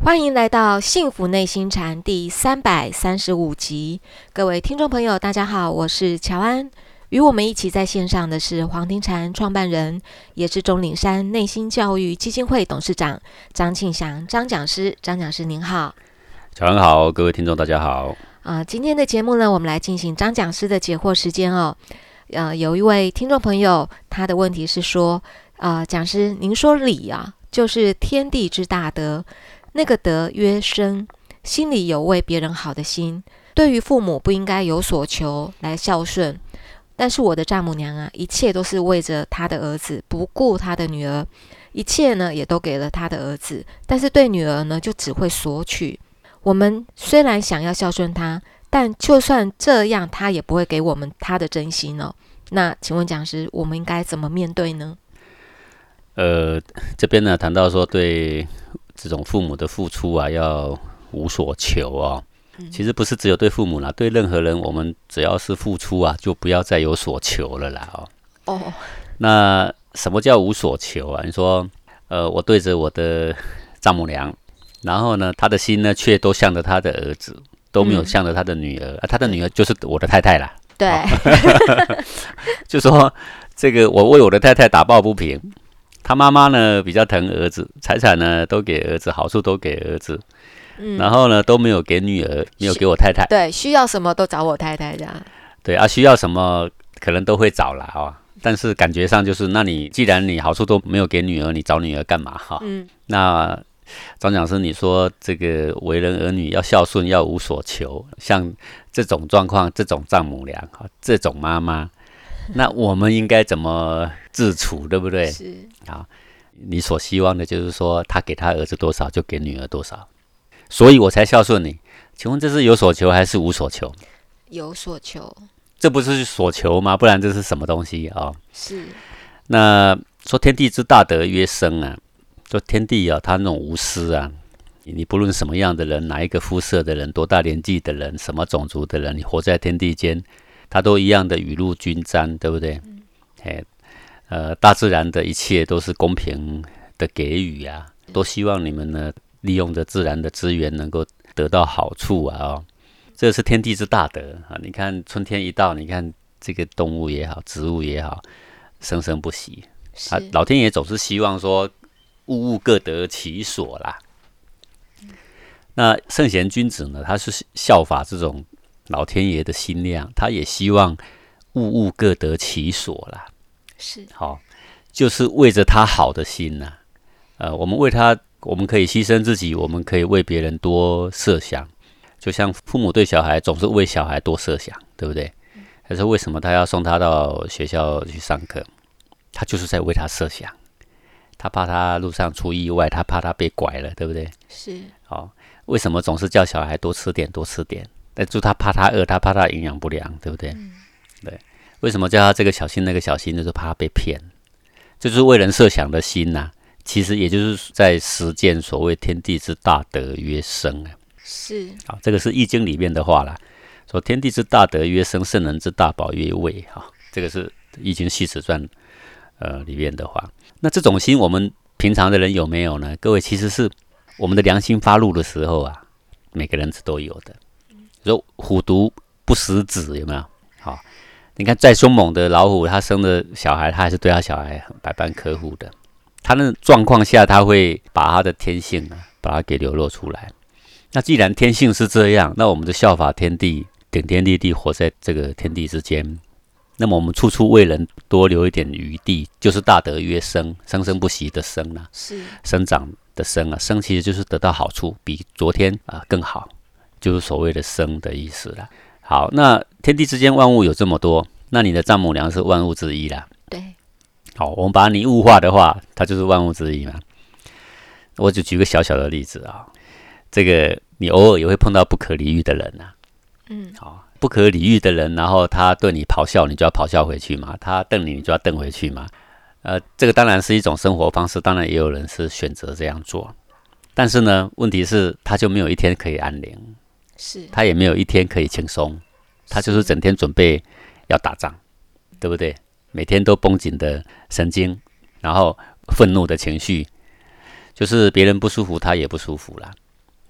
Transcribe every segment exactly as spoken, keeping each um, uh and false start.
欢迎来到幸福内心禅第三百三十五集，各位听众朋友大家好，我是乔安。与我们一起在线上的是黄庭禅创办人，也是钟岭山内心教育基金会董事长张庆祥张讲师。张讲师您好。 乔安好，各位听众大家好。 呃、今天的节目呢，我们来进行张讲师的解惑时间哦。呃，有一位听众朋友，他的问题是说，呃，讲师您说理啊，就是天地之大德，那个德曰生，心里有为别人好的心，对于父母不应该有所求来孝顺。但是我的丈母娘啊，一切都是为着她的儿子，不顾她的女儿，一切呢也都给了她的儿子，但是对女儿呢就只会索取。我们虽然想要孝顺她，但就算这样，她也不会给我们她的真心哦。那请问讲师，我们应该怎么面对呢？ 呃，这边呢谈到说，对这种父母的付出啊，要无所求哦。嗯、其实不是只有对父母啦，对任何人，我们只要是付出啊，就不要再有所求了啦哦。哦。那什么叫无所求啊？你说，呃，我对着我的丈母娘，然后呢，她的心呢却都向着她的儿子，都没有向着她的女儿，嗯、啊，她的女儿就是我的太太啦。 对。 哦、就说这个，我为我的太太打抱不平。他妈妈呢比较疼儿子，财产呢都给儿子，好处都给儿子，嗯、然后呢都没有给女儿，没有给我太太。 对，需要什么都找我太太这样。 对啊，需要什么可能都会找啦哦，但是感觉上就是，那你既然你好处都没有给女儿，你找女儿干嘛哈？嗯，那张讲师你说这个为人儿女要孝顺，要无所求，像这种状况，这种丈母娘，这种妈妈。那我们应该怎么自处，对不对？是。好，你所希望的就是说，他给他儿子多少，就给女儿多少，所以我才孝顺你。请问这是有所求还是无所求？ 有所求。 这不是所求吗？不然这是什么东西啊？ 是。 那说天地之大德曰生啊，就天地啊，他那种无私啊，你不论什么样的人，哪一个肤色的人，多大年纪的人，什么种族的人，你活在天地间。它都一样的雨露均沾，对不对？嗯、呃，大自然的一切都是公平的给予啊，都希望你们呢利用着自然的资源能够得到好处啊、哦！这是天地之大德啊！你看春天一到，你看这个动物也好，植物也好，生生不息。啊，老天爷总是希望说，物物各得其所啦。嗯、那圣贤君子呢，他是效法这种老天爷的心量，他也希望物物各得其所啦。是，好，就是为着他好的心呐、啊。呃，我们为他，我们可以牺牲自己，我们可以为别人多设想。就像父母对小孩总是为小孩多设想，对不对？可是为什么他要送他到学校去上课？他就是在为他设想。他怕他路上出意外，他怕他被拐了，对不对？是。好，为什么总是叫小孩多吃点，多吃点？但就他怕他饿，他怕他营养不良，对不对？嗯、对。为什么叫他这个小心那个小心？就是怕他被骗，就是为人设想的心呐、啊。其实也就是在实践所谓天地之大德曰生啊。是。好，这个是《易经》里面的话啦，说天地之大德曰生，圣人之大宝曰畏。哈，这个是《易经·系辞传》呃里面的话。那这种心，我们平常的人有没有呢？各位，其实是我们的良心发怒的时候啊，每个人是都有的。说虎毒不食子，有没有？好，你看再凶猛的老虎，他生的小孩，他还是对他小孩百般呵护的。他那状况下，他会把他的天性啊，把它给流露出来。那既然天性是这样，那我们就效法天地，顶天立地，活在这个天地之间。那么我们处处为人多留一点余地，就是大德曰生，生生不息的生啊，是生长的生啊，生其实就是得到好处，比昨天啊、呃、更好。就是所谓的生的意思啦。好，那天地之间万物有这么多，那你的丈母娘是万物之一啦。对。好，我们把你物化的话，它就是万物之一嘛。我就举个小小的例子啊，这个你偶尔也会碰到不可理喻的人啊。嗯。好，不可理喻的人，然后他对你咆哮，你就要咆哮回去嘛；他瞪你，你就要瞪回去嘛。呃，这个当然是一种生活方式，当然也有人是选择这样做。但是呢，问题是他就没有一天可以安宁。是，他也没有一天可以轻松，他就是整天准备要打仗，对不对？每天都绷紧的神经，然后愤怒的情绪，就是别人不舒服，他也不舒服啦。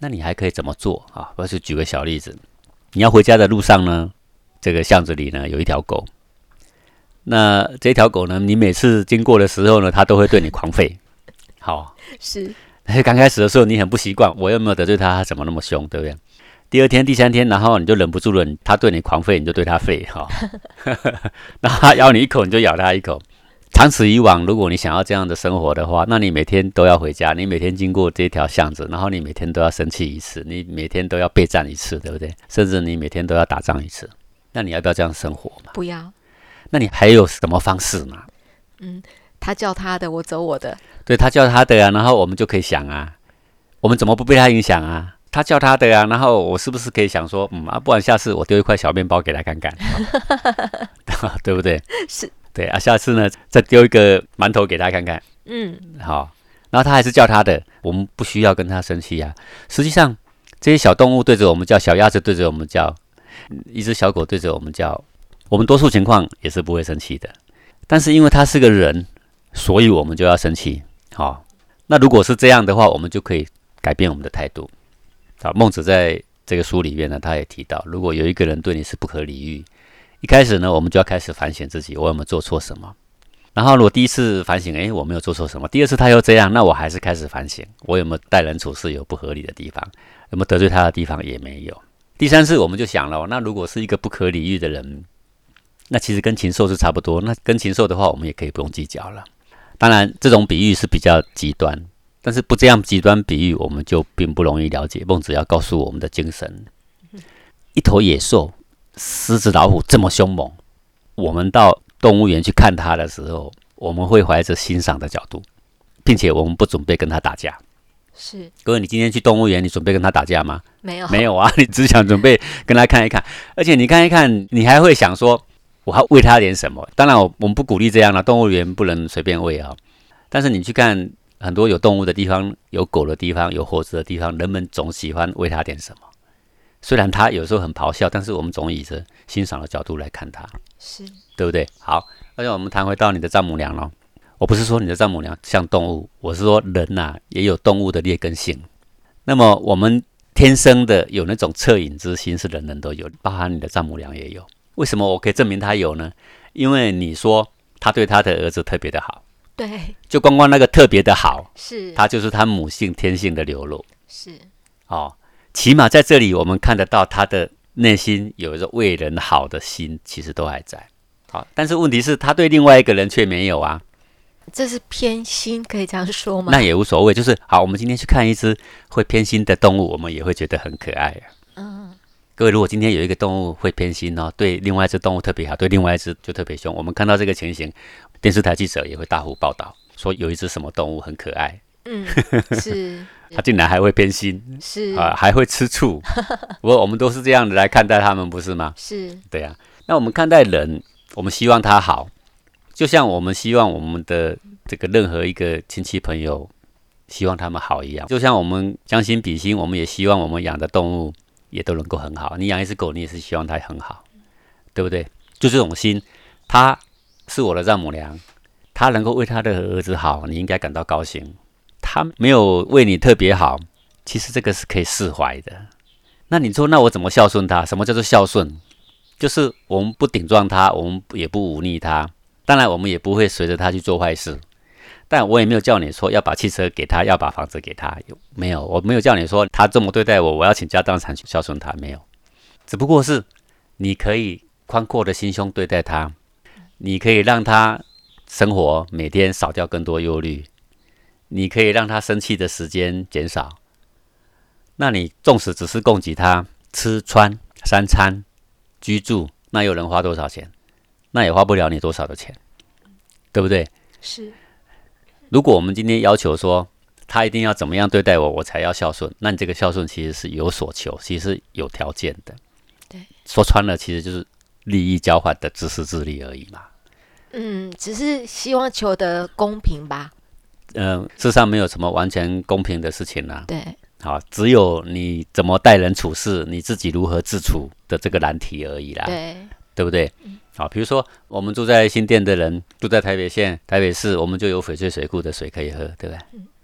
那你还可以怎么做啊？我是举个小例子，你要回家的路上呢，这个巷子里呢有一条狗，那这条狗呢，你每次经过的时候呢，它都会对你狂吠。好， 是。 刚开始的时候你很不习惯，我有没有得罪它？它怎么那么凶，对不对？第二天、第三天，然后你就忍不住了，它对你狂吠，你就对它吠，哈、哦。然后它咬你一口，你就咬它一口。长此以往，如果你想要这样的生活的话，那你每天都要回家，你每天经过这条巷子，然后你每天都要生气一次，你每天都要备战一次，对不对？甚至你每天都要打仗一次，那你要不要这样生活嘛？ 不要。 那你还有什么方式嘛？ 嗯，他叫他的，我走我的。 对，他叫他的啊，然后我们就可以想啊，我们怎么不被他影响啊？他叫他的啊，然后我是不是可以想说，嗯啊，不然下次我丢一块小面包给他看看，对不对？ 是。 对啊，下次呢再丢一个馒头给他看看， 嗯， 好，然后他还是叫他的，我们不需要跟他生气啊。实际上，这些小动物对着我们叫，小鸭子对着我们叫，一只小狗对着我们叫，我们多数情况也是不会生气的。但是因为他是个人，所以我们就要生气。好，那如果是这样的话，我们就可以改变我们的态度。好，孟子在这个书里面呢，他也提到，如果有一个人对你是不可理喻，一开始呢，我们就要开始反省自己，我有没有做错什么？然后如果第一次反省，诶，我没有做错什么；第二次他又这样，那我还是开始反省，我有没有待人处事有不合理的地方，有没有得罪他的地方也没有。第三次我们就想了，那如果是一个不可理喻的人，那其实跟禽兽是差不多。那跟禽兽的话，我们也可以不用计较了。当然，这种比喻是比较极端，但是不这样极端比喻，我们就并不容易了解孟子要告诉我们的精神。一头野兽，狮子、老虎这么凶猛，我们到动物园去看它的时候，我们会怀着欣赏的角度，并且我们不准备跟它打架。 是。 各位，你今天去动物园，你准备跟它打架吗？ 没有， 没有啊，你只想准备跟它看一看，而且你看一看，你还会想说，我要喂它点什么？当然我，我们不鼓励这样了，动物园不能随便喂啊。但是你去看很多有动物的地方，有狗的地方，有猴子的地方，人们总喜欢喂它点什么。虽然它有时候很咆哮，但是我们总以着欣赏的角度来看它， 是， 对不对？好，而且我们谈回到你的丈母娘咯。我不是说你的丈母娘像动物，我是说人呐、啊、也有动物的劣根性。那么我们天生的有那种恻隐之心，是人人都有，包含你的丈母娘也有。为什么我可以证明他有呢？因为你说他对他的儿子特别的好， 对， 就光光那个特别的好， 是， 他就是他母性天性的流露， 是， 哦，起码在这里我们看得到他的内心有一个为人好的心，其实都还在。好，但是问题是，他对另外一个人却没有啊。 这是偏心，可以这样说吗？ 那也无所谓，就是好，我们今天去看一只会偏心的动物，我们也会觉得很可爱啊。 嗯， 各位，如果今天有一个动物会偏心哦，对另外一只动物特别好，对另外一只就特别凶，我们看到这个情形，电视台记者也会大呼报道，说有一只什么动物很可爱。 嗯，是， 他竟然还会偏心， 是啊、呃，还会吃醋。不过我们都是这样的来看待他们，不是吗？ 是， 对啊。那我们看待人，我们希望他好，就像我们希望我们的这个任何一个亲戚朋友希望他们好一样，就像我们将心比心，我们也希望我们养的动物也都能够很好。你养一只狗，你也是希望它很好，对不对？就这种心，他是我的丈母娘，他能够为他的儿子好，你应该感到高兴。他没有为你特别好，其实这个是可以释怀的。那你说，那我怎么孝顺他？什么叫做孝顺？就是我们不顶撞他，我们也不忤逆他，当然我们也不会随着他去做坏事。但我也没有叫你说要把汽车给他，要把房子给他，没有，我没有叫你说他这么对待我，我要倾家荡产去孝顺他，没有。只不过是你可以宽阔的心胸对待他，你可以让他生活每天少掉更多忧虑，你可以让他生气的时间减少。那你纵使只是供给他吃穿三餐居住，那又能花多少钱？那也花不了你多少的钱，对不对？ 是。 如果我们今天要求说他一定要怎么样对待我，我才要孝顺，那你这个孝顺其实是有所求，其实是有条件的。 对， 说穿了，其实就是利益交换的自私自利而已嘛。 嗯，只是希望求得公平吧。 嗯、呃，世上没有什么完全公平的事情啊。 对。 好，只有你怎么待人处事，你自己如何自处的这个难题而已啦。 对， 对不对？嗯、好，比如说我们住在新店的人，住在台北县、台北市，我们就有翡翠水库的水可以喝，对不对？嗯、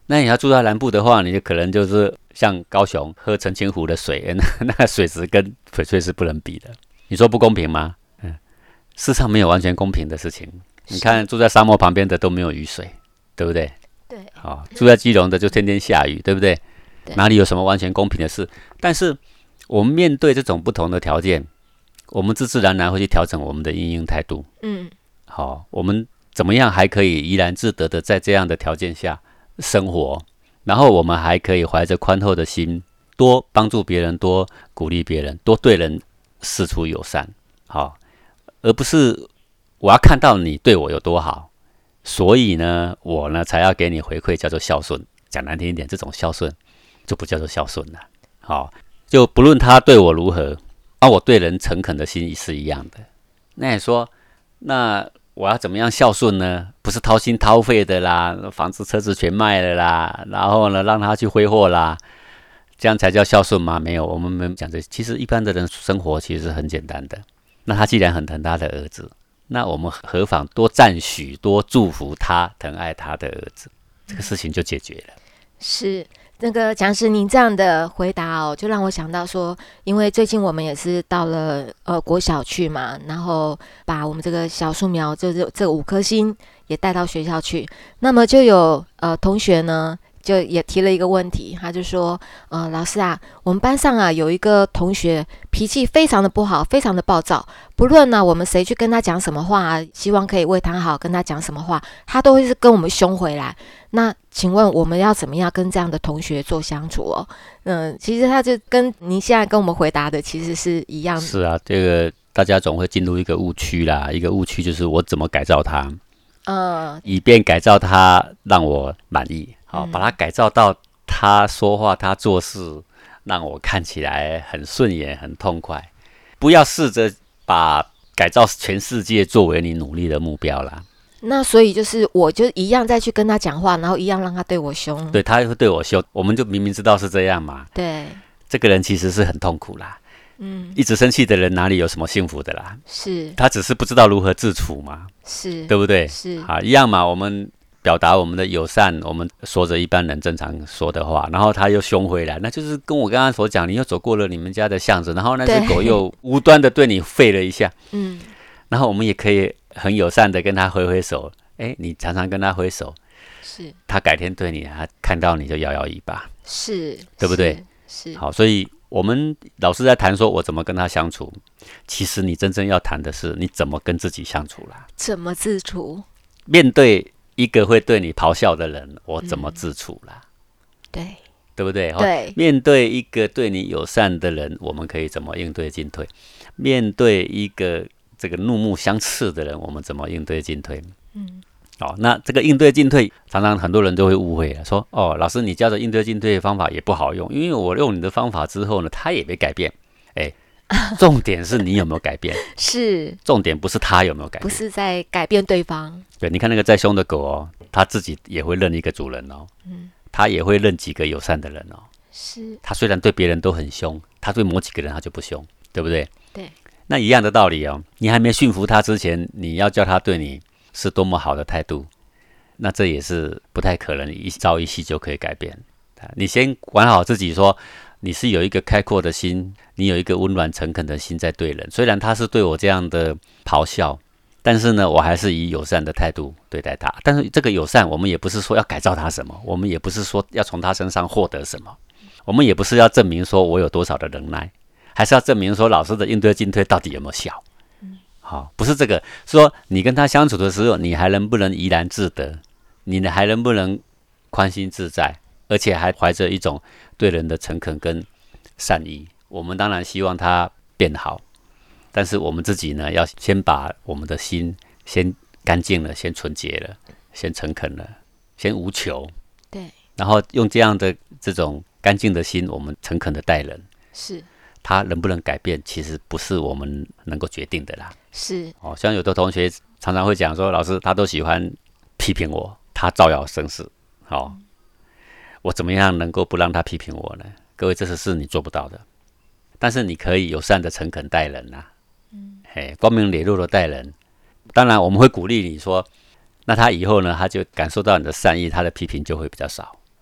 那你要住在南部的话，你就可能就是像高雄喝澄清湖的水，那那水质跟翡翠是不能比的。你说不公平吗？嗯，世上没有完全公平的事情。你看住在沙漠旁边的都没有雨水，对不对？ 对。 好、哦，住在基隆的就天天下雨，对不对？ 对， 哪里有什么完全公平的事？但是我们面对这种不同的条件，我们自自然然会去调整我们的因应态度。 嗯， 好、哦，我们怎么样还可以怡然自得的在这样的条件下生活？然后我们还可以怀着宽厚的心，多帮助别人，多鼓励别人，多对人释出友善。好、哦，而不是我要看到你对我有多好，所以呢，我呢才要给你回馈，叫做孝顺。讲难听一点，这种孝顺就不叫做孝顺了。好、哦，就不论他对我如何，啊，我对人诚恳的心是一样的。那你说，那我要怎么样孝顺呢？不是掏心掏肺的啦，房子车子全卖了啦，然后呢让他去挥霍啦，这样才叫孝顺吗？没有，我们没讲这。其实一般的人生活其实很简单的。那他既然很疼他的儿子，那我们何妨多赞许、多祝福他疼爱他的儿子，这个事情就解决了。 是。那个讲师，您这样的回答哦，就让我想到说，因为最近我们也是到了呃国小去嘛，然后把我们这个小树苗，就是这五颗星也带到学校去。那么就有呃同学呢，就也提了一个问题，他就说，呃，老师啊，我们班上啊有一个同学脾气非常的不好，非常的暴躁，不论呢、啊、我们谁去跟他讲什么话、啊，希望可以为他好，跟他讲什么话，他都会是跟我们凶回来。那请问我们要怎么样跟这样的同学做相处哦？嗯，其实他就跟您现在跟我们回答的其实是一样的。 是啊，这个大家总会进入一个误区啦，一个误区就是我怎么改造他，嗯，以便改造他让我满意，好、嗯，把他改造到他说话、他做事让我看起来很顺眼、很痛快。不要试着把改造全世界作为你努力的目标啦。 那所以就是我就一样再去跟他讲话，然后一样让他对我凶。 对，他会对我凶，我们就明明知道是这样嘛。 对， 这个人其实是很痛苦啦。嗯，一直生气的人哪里有什么幸福的啦？ 是， 他只是不知道如何自处嘛。 是， 对不对？ 是啊，一样嘛。我们表达我们的友善，我们说着一般人正常说的话，然后他又凶回来，那就是跟我刚刚所讲，你又走过了你们家的巷子，然后那只狗又无端的对你吠了一下。嗯，然后我们也可以很友善的跟他挥挥手。哎，你常常跟他挥手， 是他改天对你，他看到你就摇摇尾巴， 是， 对不对？ 是，是好，所以我们老是在谈说我怎么跟他相处，其实你真正要谈的是你怎么跟自己相处啦， 怎么自处？ 面对一个会对你咆哮的人，我怎么自处啦？嗯、 对， 对不对？ 对， 面对一个对你友善的人，我们可以怎么应对进退？面对一个这个怒目相斥的人，我们怎么应对进退？嗯，哦，那这个应对进退，常常很多人都会误会了，说哦，老师你教的应对进退的方法也不好用，因为我用你的方法之后呢，他也没改变。哎，重点是你有没有改变？ 是， 重点不是他有没有改变， 不是在改变对方。 对，你看那个再凶的狗哦，它自己也会认一个主人哦，嗯，它也会认几个友善的人哦。 是，它虽然对别人都很凶，它对某几个人它就不凶，对不对？ 对。 那一样的道理哦，你还没驯服它之前，你要叫它对你是多么好的态度，那这也是不太可能一朝一夕就可以改变。你先管好自己说，说你是有一个开阔的心，你有一个温暖诚恳的心在对人。虽然他是对我这样的咆哮，但是呢，我还是以友善的态度对待他。但是这个友善，我们也不是说要改造他什么，我们也不是说要从他身上获得什么，我们也不是要证明说我有多少的能耐，还是要证明说老师的应对进退到底有没有效。好，不是这个，说你跟他相处的时候，你还能不能怡然自得？你还能不能宽心自在？而且还怀着一种对人的诚恳跟善意。我们当然希望他变好，但是我们自己呢，要先把我们的心先干净了，先纯洁了，先诚恳了，先无求。 对。然后用这样的这种干净的心，我们诚恳的待人。 是。 他能不能改变，其实不是我们能够决定的啦。 是。 哦，像有的同学常常会讲说，老师他都喜欢批评我，他招摇生事。好、哦，我怎么样能够不让他批评我呢？各位，这是事你做不到的，但是你可以友善的诚恳待人呐、啊，嗯，嘿，光明磊落的待人。当然，我们会鼓励你说，那他以后呢，他就感受到你的善意，他的批评就会比较少。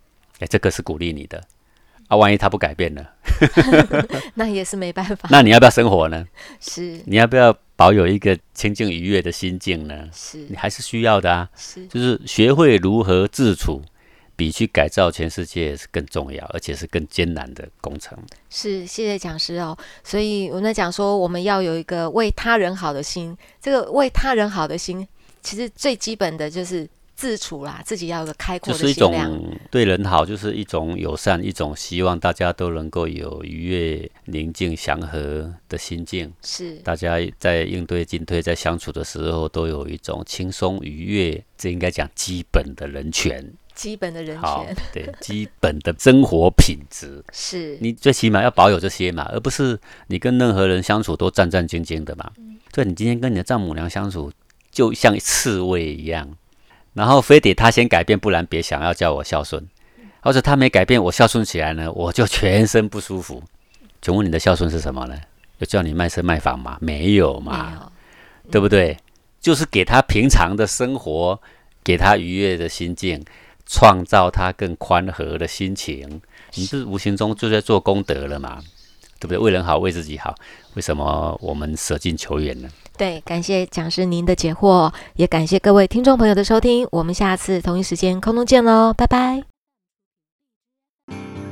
哎，这个是鼓励你的啊。万一他不改变了， 那也是没办法。 那你要不要生活呢？ 是， 你要不要保有一个清净愉悦的心境呢？ 是， 你还是需要的啊。 是， 就是学会如何自处，比去改造全世界是更重要，而且是更艰难的工程。 是，谢谢讲师哦。所以我们在讲说，我们要有一个为他人好的心。这个为他人好的心，其实最基本的就是自处啦，自己要有个开阔的心量。 就是一种对人好，就是一种友善，一种希望大家都能够有愉悦、宁静、祥和的心境。 是， 大家在应对进退，在相处的时候，都有一种轻松愉悦，这应该讲基本的人权。 基本的人好， 权， 对，基本的生活品质， 是你最起码要保有这些嘛，而不是你跟任何人相处都战战兢兢的嘛。嗯，对，你今天跟你的丈母娘相处，就像刺猬一样，然后非得他先改变，不然别想要叫我孝顺，或者他没改变，我孝顺起来呢，我就全身不舒服。请问你的孝顺是什么呢？有叫你卖车卖房吗？没有嘛，没有，嗯，对不对？就是给他平常的生活，给他愉悦的心境，创造他更宽和的心情，你这无形中就在做功德了嘛，对不对？为人好，为自己好，为什么我们舍近求远呢？ 对，感谢讲师您的解惑，也感谢各位听众朋友的收听，我们下次同一时间空中见喽，拜拜。